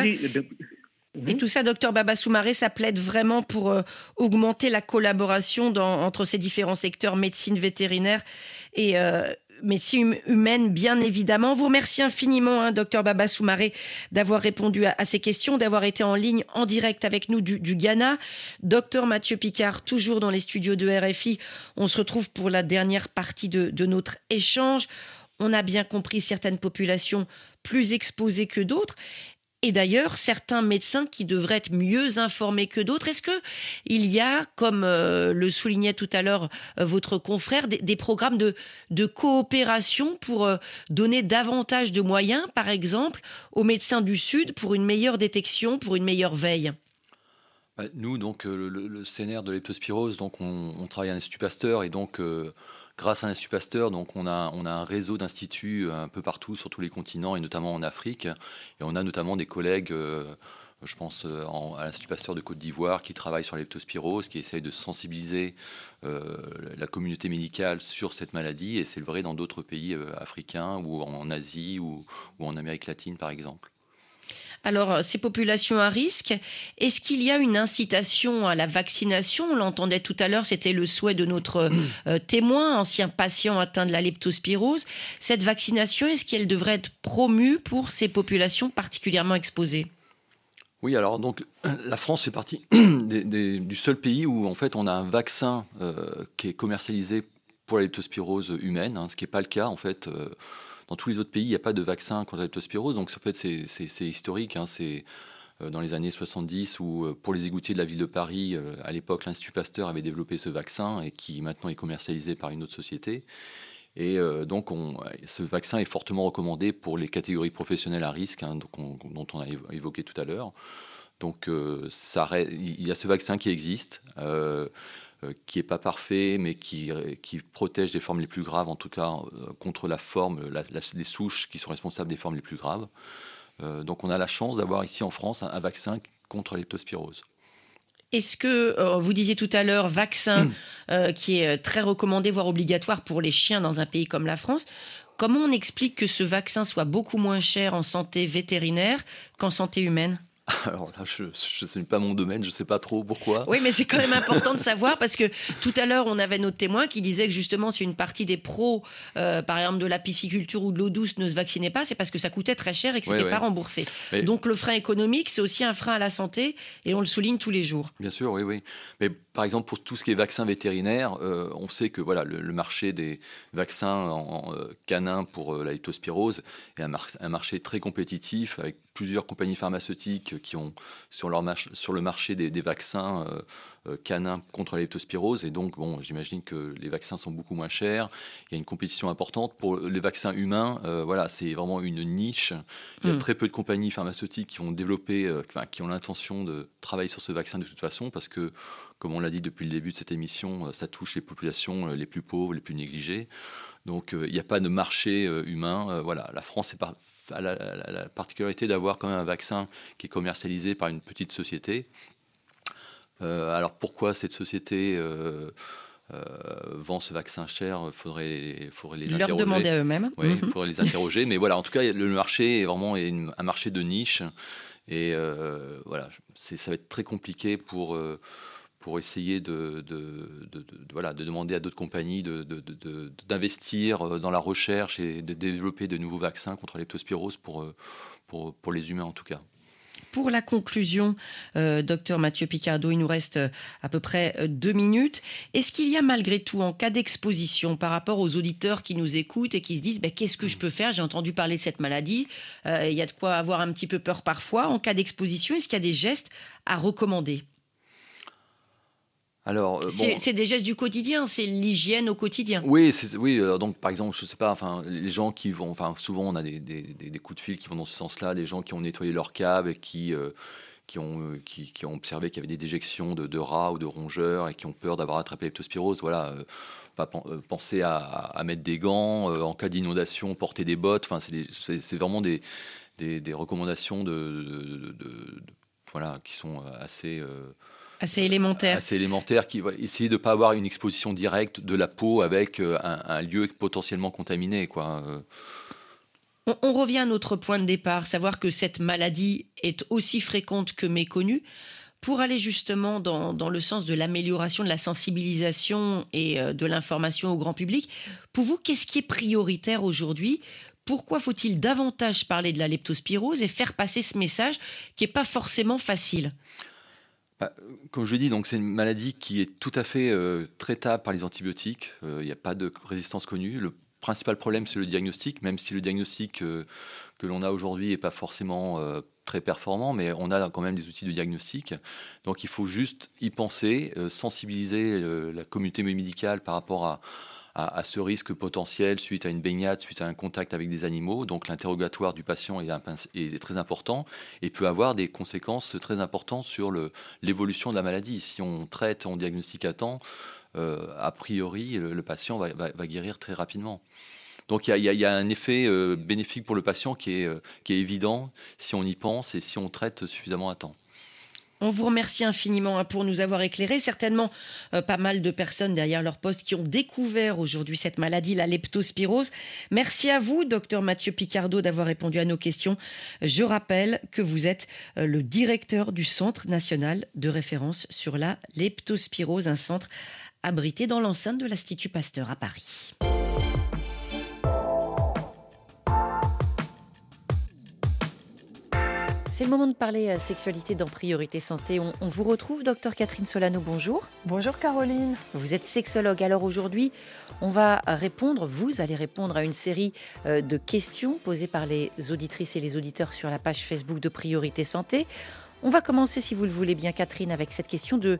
tout ça, docteur Baba Soumaré, ça plaide vraiment pour augmenter la collaboration entre ces différents secteurs, médecine vétérinaire et médecine humaine, bien évidemment. On vous remercie infiniment, docteur Baba Soumaré, d'avoir répondu à ces questions, d'avoir été en ligne, en direct avec nous du Ghana. Docteur Mathieu Picard, toujours dans les studios de RFI. On se retrouve pour la dernière partie de notre échange. On a bien compris certaines populations plus exposées que d'autres. Et d'ailleurs, certains médecins qui devraient être mieux informés que d'autres. Est-ce qu'il y a, comme le soulignait tout à l'heure votre confrère, des programmes de coopération pour donner davantage de moyens, par exemple, aux médecins du Sud pour une meilleure détection, pour une meilleure veille ? Nous, donc, le CNR de leptospirose, donc, on travaille à l'Institut Pasteur et donc... grâce à l'Institut Pasteur, donc on a un réseau d'instituts un peu partout sur tous les continents et notamment en Afrique. Et on a notamment des collègues, je pense à l'Institut Pasteur de Côte d'Ivoire, qui travaillent sur la leptospirose, qui essayent de sensibiliser la communauté médicale sur cette maladie. Et c'est vrai dans d'autres pays africains ou en Asie ou en Amérique latine, par exemple. Alors, ces populations à risque, est-ce qu'il y a une incitation à la vaccination ? On l'entendait tout à l'heure, c'était le souhait de notre témoin, ancien patient atteint de la leptospirose. Cette vaccination, est-ce qu'elle devrait être promue pour ces populations particulièrement exposées ? Oui, alors donc la France fait partie du seul pays où en fait on a un vaccin qui est commercialisé pour la leptospirose humaine, ce qui n'est pas le cas en fait. Dans tous les autres pays, il n'y a pas de vaccin contre la leptospirose, donc en fait c'est historique. C'est dans les années 70 où pour les égoutiers de la ville de Paris, à l'époque l'Institut Pasteur avait développé ce vaccin et qui maintenant est commercialisé par une autre société. Et donc ce vaccin est fortement recommandé pour les catégories professionnelles à risque, dont on a évoqué tout à l'heure. Donc il y a ce vaccin qui existe. Qui n'est pas parfait, mais qui protège des formes les plus graves, en tout cas contre la forme, les souches qui sont responsables des formes les plus graves. Donc on a la chance d'avoir ici en France un vaccin contre la leptospirose. Est-ce que, vous disiez tout à l'heure, vaccin qui est très recommandé, voire obligatoire pour les chiens dans un pays comme la France, comment on explique que ce vaccin soit beaucoup moins cher en santé vétérinaire qu'en santé humaine ? Alors là, ce n'est pas mon domaine, je ne sais pas trop pourquoi. Oui, mais c'est quand même important de savoir parce que tout à l'heure, on avait notre témoin qui disait que justement, si une partie des pros, par exemple de la pisciculture ou de l'eau douce, ne se vaccinaient pas, c'est parce que ça coûtait très cher et que ce n'était pas remboursé. Mais... Donc le frein économique, c'est aussi un frein à la santé et on le souligne tous les jours. Bien sûr, oui. Mais par exemple, pour tout ce qui est vaccin vétérinaire, on sait que voilà, le marché des vaccins canins pour la leptospirose est un marché très compétitif avec plusieurs compagnies pharmaceutiques qui ont sur le marché des vaccins canins contre la leptospirose. Et donc, j'imagine que les vaccins sont beaucoup moins chers. Il y a une compétition importante. Pour les vaccins humains, c'est vraiment une niche. Il y a très peu de compagnies pharmaceutiques qui vont développer, qui ont l'intention de travailler sur ce vaccin de toute façon, parce que, comme on l'a dit depuis le début de cette émission, ça touche les populations les plus pauvres, les plus négligées. Donc, il n'y a pas de marché humain. La France a la particularité d'avoir quand même un vaccin qui est commercialisé par une petite société. Alors, pourquoi cette société vend ce vaccin cher ? Faudrait les interroger. Leur demander à eux-mêmes. Oui, il faudrait les interroger. Mais voilà, en tout cas, le marché est vraiment un marché de niche. Et ça va être très compliqué pour essayer de demander à d'autres compagnies d'investir dans la recherche et de développer de nouveaux vaccins contre la leptospirose pour les humains en tout cas. Pour la conclusion, docteur Mathieu Picardo, il nous reste à peu près 2 minutes. Est-ce qu'il y a malgré tout, en cas d'exposition, par rapport aux auditeurs qui nous écoutent et qui se disent qu'est-ce que je peux faire ? J'ai entendu parler de cette maladie. Il y a de quoi avoir un petit peu peur parfois. En cas d'exposition, est-ce qu'il y a des gestes à recommander ? Alors, c'est des gestes du quotidien, c'est l'hygiène au quotidien. Oui, donc par exemple, je sais pas, les gens qui vont, souvent on a des coups de fil qui vont dans ce sens-là, des gens qui ont nettoyé leur cave et qui qui ont observé qu'il y avait des déjections de rats ou de rongeurs et qui ont peur d'avoir attrapé leptospirose. Voilà, penser à mettre des gants, en cas d'inondation, porter des bottes. Enfin, c'est vraiment des recommandations voilà, qui sont assez élémentaires. Assez élémentaires, qui va essayer de ne pas avoir une exposition directe de la peau avec un lieu potentiellement contaminé, quoi. On revient à notre point de départ, savoir que cette maladie est aussi fréquente que méconnue. Pour aller justement dans le sens de l'amélioration de la sensibilisation et de l'information au grand public, pour vous, qu'est-ce qui est prioritaire aujourd'hui ? Pourquoi faut-il davantage parler de la leptospirose et faire passer ce message qui n'est pas forcément facile ? Comme je dis, donc c'est une maladie qui est tout à fait traitable par les antibiotiques. Il n'y a pas de résistance connue. Le principal problème, c'est le diagnostic, même si le diagnostic que l'on a aujourd'hui n'est pas forcément très performant, mais on a quand même des outils de diagnostic. Donc il faut juste y penser, sensibiliser la communauté médicale par rapport à ce risque potentiel suite à une baignade, suite à un contact avec des animaux. Donc l'interrogatoire du patient est très important et peut avoir des conséquences très importantes sur l'évolution de la maladie. Si on traite, on diagnostique à temps, a priori, le patient va guérir très rapidement. Donc il y a un effet bénéfique pour le patient qui est évident si on y pense et si on traite suffisamment à temps. On vous remercie infiniment pour nous avoir éclairé. Certainement pas mal de personnes derrière leur poste qui ont découvert aujourd'hui cette maladie, la leptospirose. Merci à vous, docteur Mathieu Picardeau, d'avoir répondu à nos questions. Je rappelle que vous êtes le directeur du Centre national de référence sur la leptospirose, un centre abrité dans l'enceinte de l'Institut Pasteur à Paris. C'est le moment de parler sexualité dans Priorité Santé. On vous retrouve, docteur Catherine Solano, bonjour. Bonjour Caroline. Vous êtes sexologue. Alors aujourd'hui, vous allez répondre à une série de questions posées par les auditrices et les auditeurs sur la page Facebook de Priorité Santé. On va commencer, si vous le voulez bien, Catherine, avec cette question de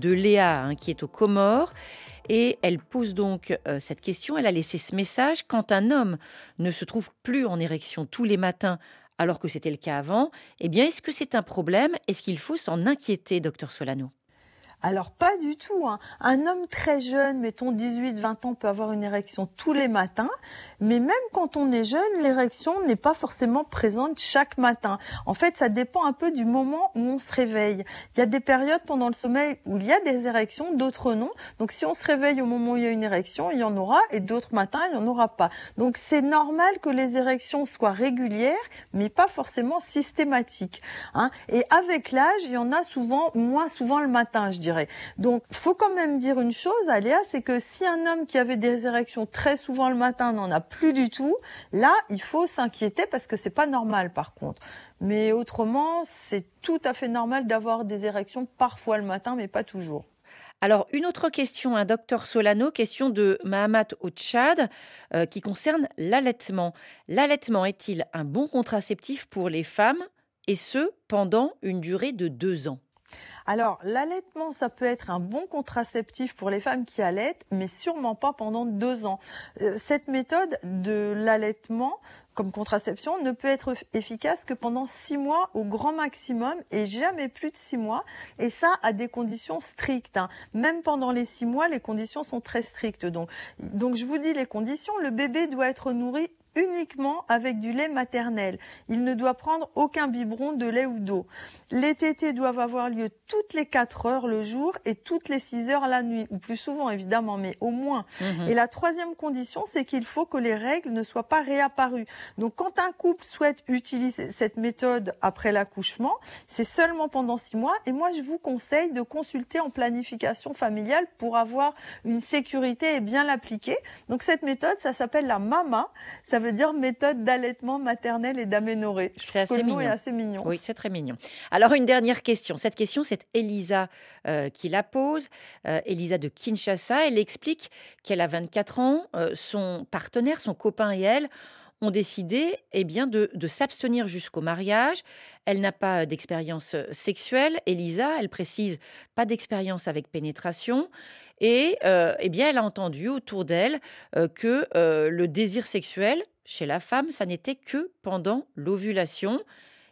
Léa, qui est aux Comores. Et elle pose donc cette question, elle a laissé ce message. Quand un homme ne se trouve plus en érection tous les matins, alors que c'était le cas avant, eh bien, est-ce que c'est un problème ? Est-ce qu'il faut s'en inquiéter, docteur Solano ? Alors pas du tout. Un homme très jeune, mettons 18-20 ans, peut avoir une érection tous les matins, mais même quand on est jeune, l'érection n'est pas forcément présente chaque matin. En fait, ça dépend un peu du moment où on se réveille. Il y a des périodes pendant le sommeil où il y a des érections, d'autres non. Donc si on se réveille au moment où il y a une érection, il y en aura, et d'autres matins, il n'y en aura pas. Donc c'est normal que les érections soient régulières, mais pas forcément systématiques. Et avec l'âge, il y en a moins souvent le matin, je dirais. Donc, il faut quand même dire une chose, Aléa, c'est que si un homme qui avait des érections très souvent le matin n'en a plus du tout, là, il faut s'inquiéter parce que c'est pas normal par contre. Mais autrement, c'est tout à fait normal d'avoir des érections parfois le matin, mais pas toujours. Alors, une autre question, docteur Solano, question de Mahamat au Tchad, qui concerne l'allaitement. L'allaitement est-il un bon contraceptif pour les femmes, et ce, pendant une durée de 2 ans ? Alors, l'allaitement, ça peut être un bon contraceptif pour les femmes qui allaitent, mais sûrement pas pendant 2 ans. Cette méthode de l'allaitement comme contraception ne peut être efficace que pendant 6 mois au grand maximum et jamais plus de 6 mois. Et ça, à des conditions strictes. Même pendant les 6 mois, les conditions sont très strictes. Donc je vous dis les conditions. Le bébé doit être nourri uniquement avec du lait maternel. Il ne doit prendre aucun biberon de lait ou d'eau. Les tétées doivent avoir lieu toutes les 4 heures le jour et toutes les 6 heures la nuit, ou plus souvent évidemment, mais au moins. Et la troisième condition, c'est qu'il faut que les règles ne soient pas réapparues. Donc quand un couple souhaite utiliser cette méthode après l'accouchement, c'est seulement pendant 6 mois. Et moi, je vous conseille de consulter en planification familiale pour avoir une sécurité et bien l'appliquer. Donc cette méthode, ça s'appelle la MAMA. Ça veut dire méthode d'allaitement maternel et d'aménorrhée. C'est assez mignon. Le mot est assez mignon. Oui, c'est très mignon. Alors, une dernière question. Cette question, c'est Elisa qui la pose. Elisa de Kinshasa. Elle explique qu'elle a 24 ans. Son partenaire, son copain et elle ont décidé de s'abstenir jusqu'au mariage. Elle n'a pas d'expérience sexuelle. Elisa, elle précise, pas d'expérience avec pénétration. Et elle a entendu autour d'elle que le désir sexuel chez la femme, ça n'était que pendant l'ovulation.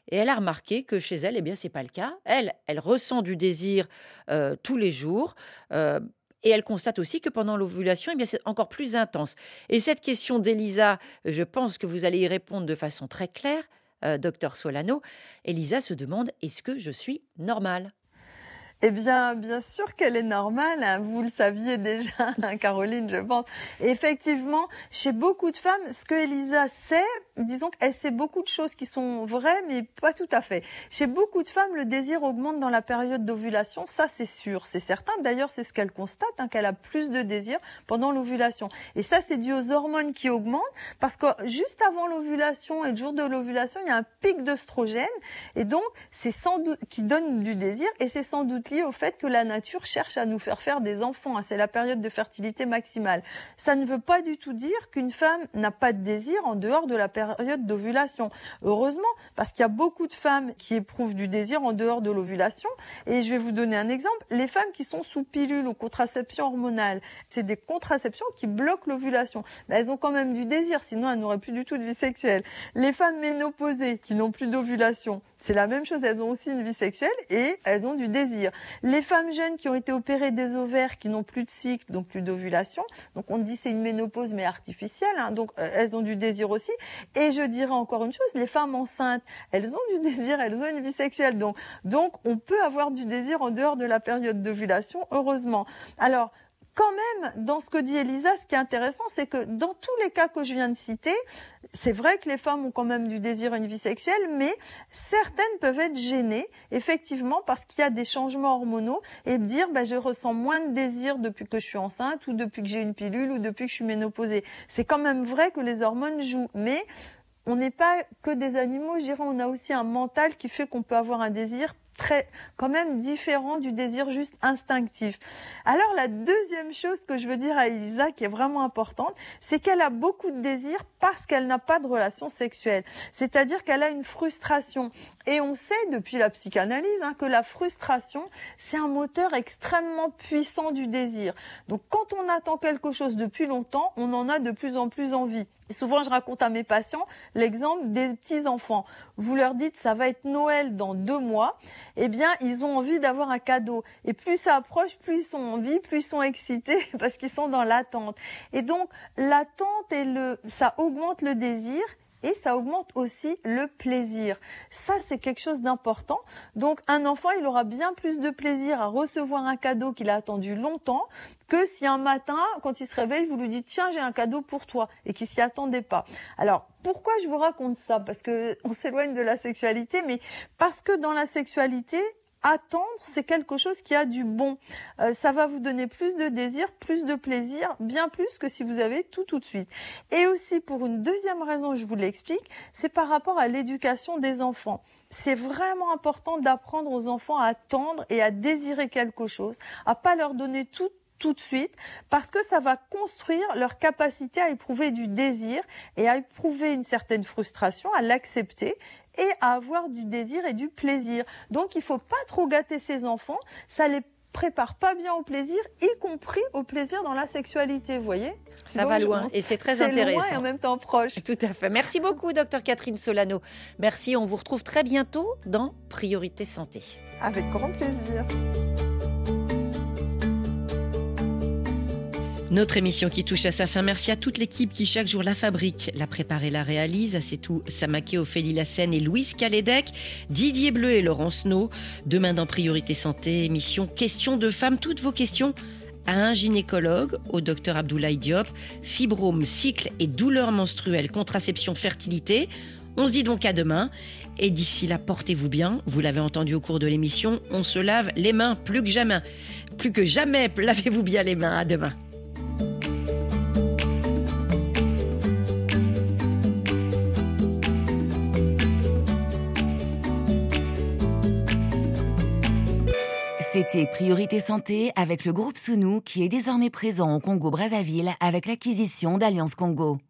Et elle a remarqué que chez elle, eh bien, c'est pas le cas. Elle ressent du désir tous les jours. Et elle constate aussi que pendant l'ovulation, eh bien, c'est encore plus intense. Et cette question d'Elisa, je pense que vous allez y répondre de façon très claire, docteur Solano. Elisa se demande, est-ce que je suis normale ? Eh bien sûr qu'elle est normale, hein, vous le saviez déjà, hein, Caroline, je pense. Et effectivement, chez beaucoup de femmes, ce que Elisa sait, disons qu'elle sait beaucoup de choses qui sont vraies, mais pas tout à fait. Chez beaucoup de femmes, le désir augmente dans la période d'ovulation, ça c'est sûr, c'est certain. D'ailleurs, c'est ce qu'elle constate, hein, qu'elle a plus de désir pendant l'ovulation. Et ça, c'est dû aux hormones qui augmentent, parce que juste avant l'ovulation et le jour de l'ovulation, il y a un pic d'œstrogène, et donc c'est sans doute qui donne du désir, et c'est sans doute lié au fait que la nature cherche à nous faire des enfants. C'est la période de fertilité maximale. Ça ne veut pas du tout dire qu'une femme n'a pas de désir en dehors de la période d'ovulation. Heureusement, parce qu'il y a beaucoup de femmes qui éprouvent du désir en dehors de l'ovulation. Et je vais vous donner un exemple. Les femmes qui sont sous pilule ou contraception hormonale, c'est des contraceptions qui bloquent l'ovulation. Mais elles ont quand même du désir, sinon elles n'auraient plus du tout de vie sexuelle. Les femmes ménopausées qui n'ont plus d'ovulation, c'est la même chose. Elles ont aussi une vie sexuelle et elles ont du désir. Les femmes jeunes qui ont été opérées des ovaires, qui n'ont plus de cycle, donc plus d'ovulation, donc on dit c'est une ménopause mais artificielle, hein, donc elles ont du désir aussi. Et je dirais encore une chose, les femmes enceintes, elles ont du désir, elles ont une vie sexuelle, donc on peut avoir du désir en dehors de la période d'ovulation, heureusement. Alors, quand même, dans ce que dit Elisa, ce qui est intéressant, c'est que dans tous les cas que je viens de citer, c'est vrai que les femmes ont quand même du désir et une vie sexuelle, mais certaines peuvent être gênées, effectivement, parce qu'il y a des changements hormonaux et dire je ressens moins de désir depuis que je suis enceinte ou depuis que j'ai une pilule ou depuis que je suis ménopausée. C'est quand même vrai que les hormones jouent, mais on n'est pas que des animaux, je dirais, on a aussi un mental qui fait qu'on peut avoir un désir quand même différent du désir juste instinctif. Alors la deuxième chose que je veux dire à Elisa qui est vraiment importante, c'est qu'elle a beaucoup de désir parce qu'elle n'a pas de relation sexuelle. C'est-à-dire qu'elle a une frustration. Et on sait depuis la psychanalyse que la frustration, c'est un moteur extrêmement puissant du désir. Donc quand on attend quelque chose depuis longtemps, on en a de plus en plus envie. Et souvent, je raconte à mes patients l'exemple des petits-enfants. Vous leur dites, ça va être Noël dans 2 mois. Eh bien, ils ont envie d'avoir un cadeau. Et plus ça approche, plus ils sont en vie, plus ils sont excités parce qu'ils sont dans l'attente. Et donc, l'attente ça augmente le désir. Et ça augmente aussi le plaisir. Ça, c'est quelque chose d'important. Donc, un enfant, il aura bien plus de plaisir à recevoir un cadeau qu'il a attendu longtemps que si un matin, quand il se réveille, vous lui dites « Tiens, j'ai un cadeau pour toi » et qu'il s'y attendait pas. Alors, pourquoi je vous raconte ça ? Parce que on s'éloigne de la sexualité, mais parce que dans la sexualité, attendre, c'est quelque chose qui a du bon. Ça va vous donner plus de désir, plus de plaisir, bien plus que si vous avez tout de suite. Et aussi pour une deuxième raison, je vous l'explique, c'est par rapport à l'éducation des enfants. C'est vraiment important d'apprendre aux enfants à attendre et à désirer quelque chose, à pas leur donner tout de suite, parce que ça va construire leur capacité à éprouver du désir et à éprouver une certaine frustration, à l'accepter et à avoir du désir et du plaisir. Donc il faut pas trop gâter ses enfants, ça les prépare pas bien au plaisir, y compris au plaisir dans la sexualité, vous voyez ? Ça va loin et c'est très intéressant. C'est loin et en même temps proche. Tout à fait. Merci beaucoup, docteur Catherine Solano. Merci, on vous retrouve très bientôt dans Priorité Santé. Avec grand plaisir. Notre émission qui touche à sa fin. Merci à toute l'équipe qui chaque jour la fabrique, la prépare et la réalise. À Setou Samaké, Ophélie Lassène et Louise Calédec, Didier Bleu et Laurence No. Demain dans Priorité Santé, émission Questions de femmes. Toutes vos questions à un gynécologue, au docteur Abdoulaye Diop. Fibrome, cycle et douleurs menstruelles, contraception, fertilité. On se dit donc à demain. Et d'ici là, portez-vous bien. Vous l'avez entendu au cours de l'émission, on se lave les mains plus que jamais. Plus que jamais, lavez-vous bien les mains. À demain. C'était Priorité Santé avec le groupe Sounou qui est désormais présent au Congo-Brazzaville avec l'acquisition d'Alliance Congo.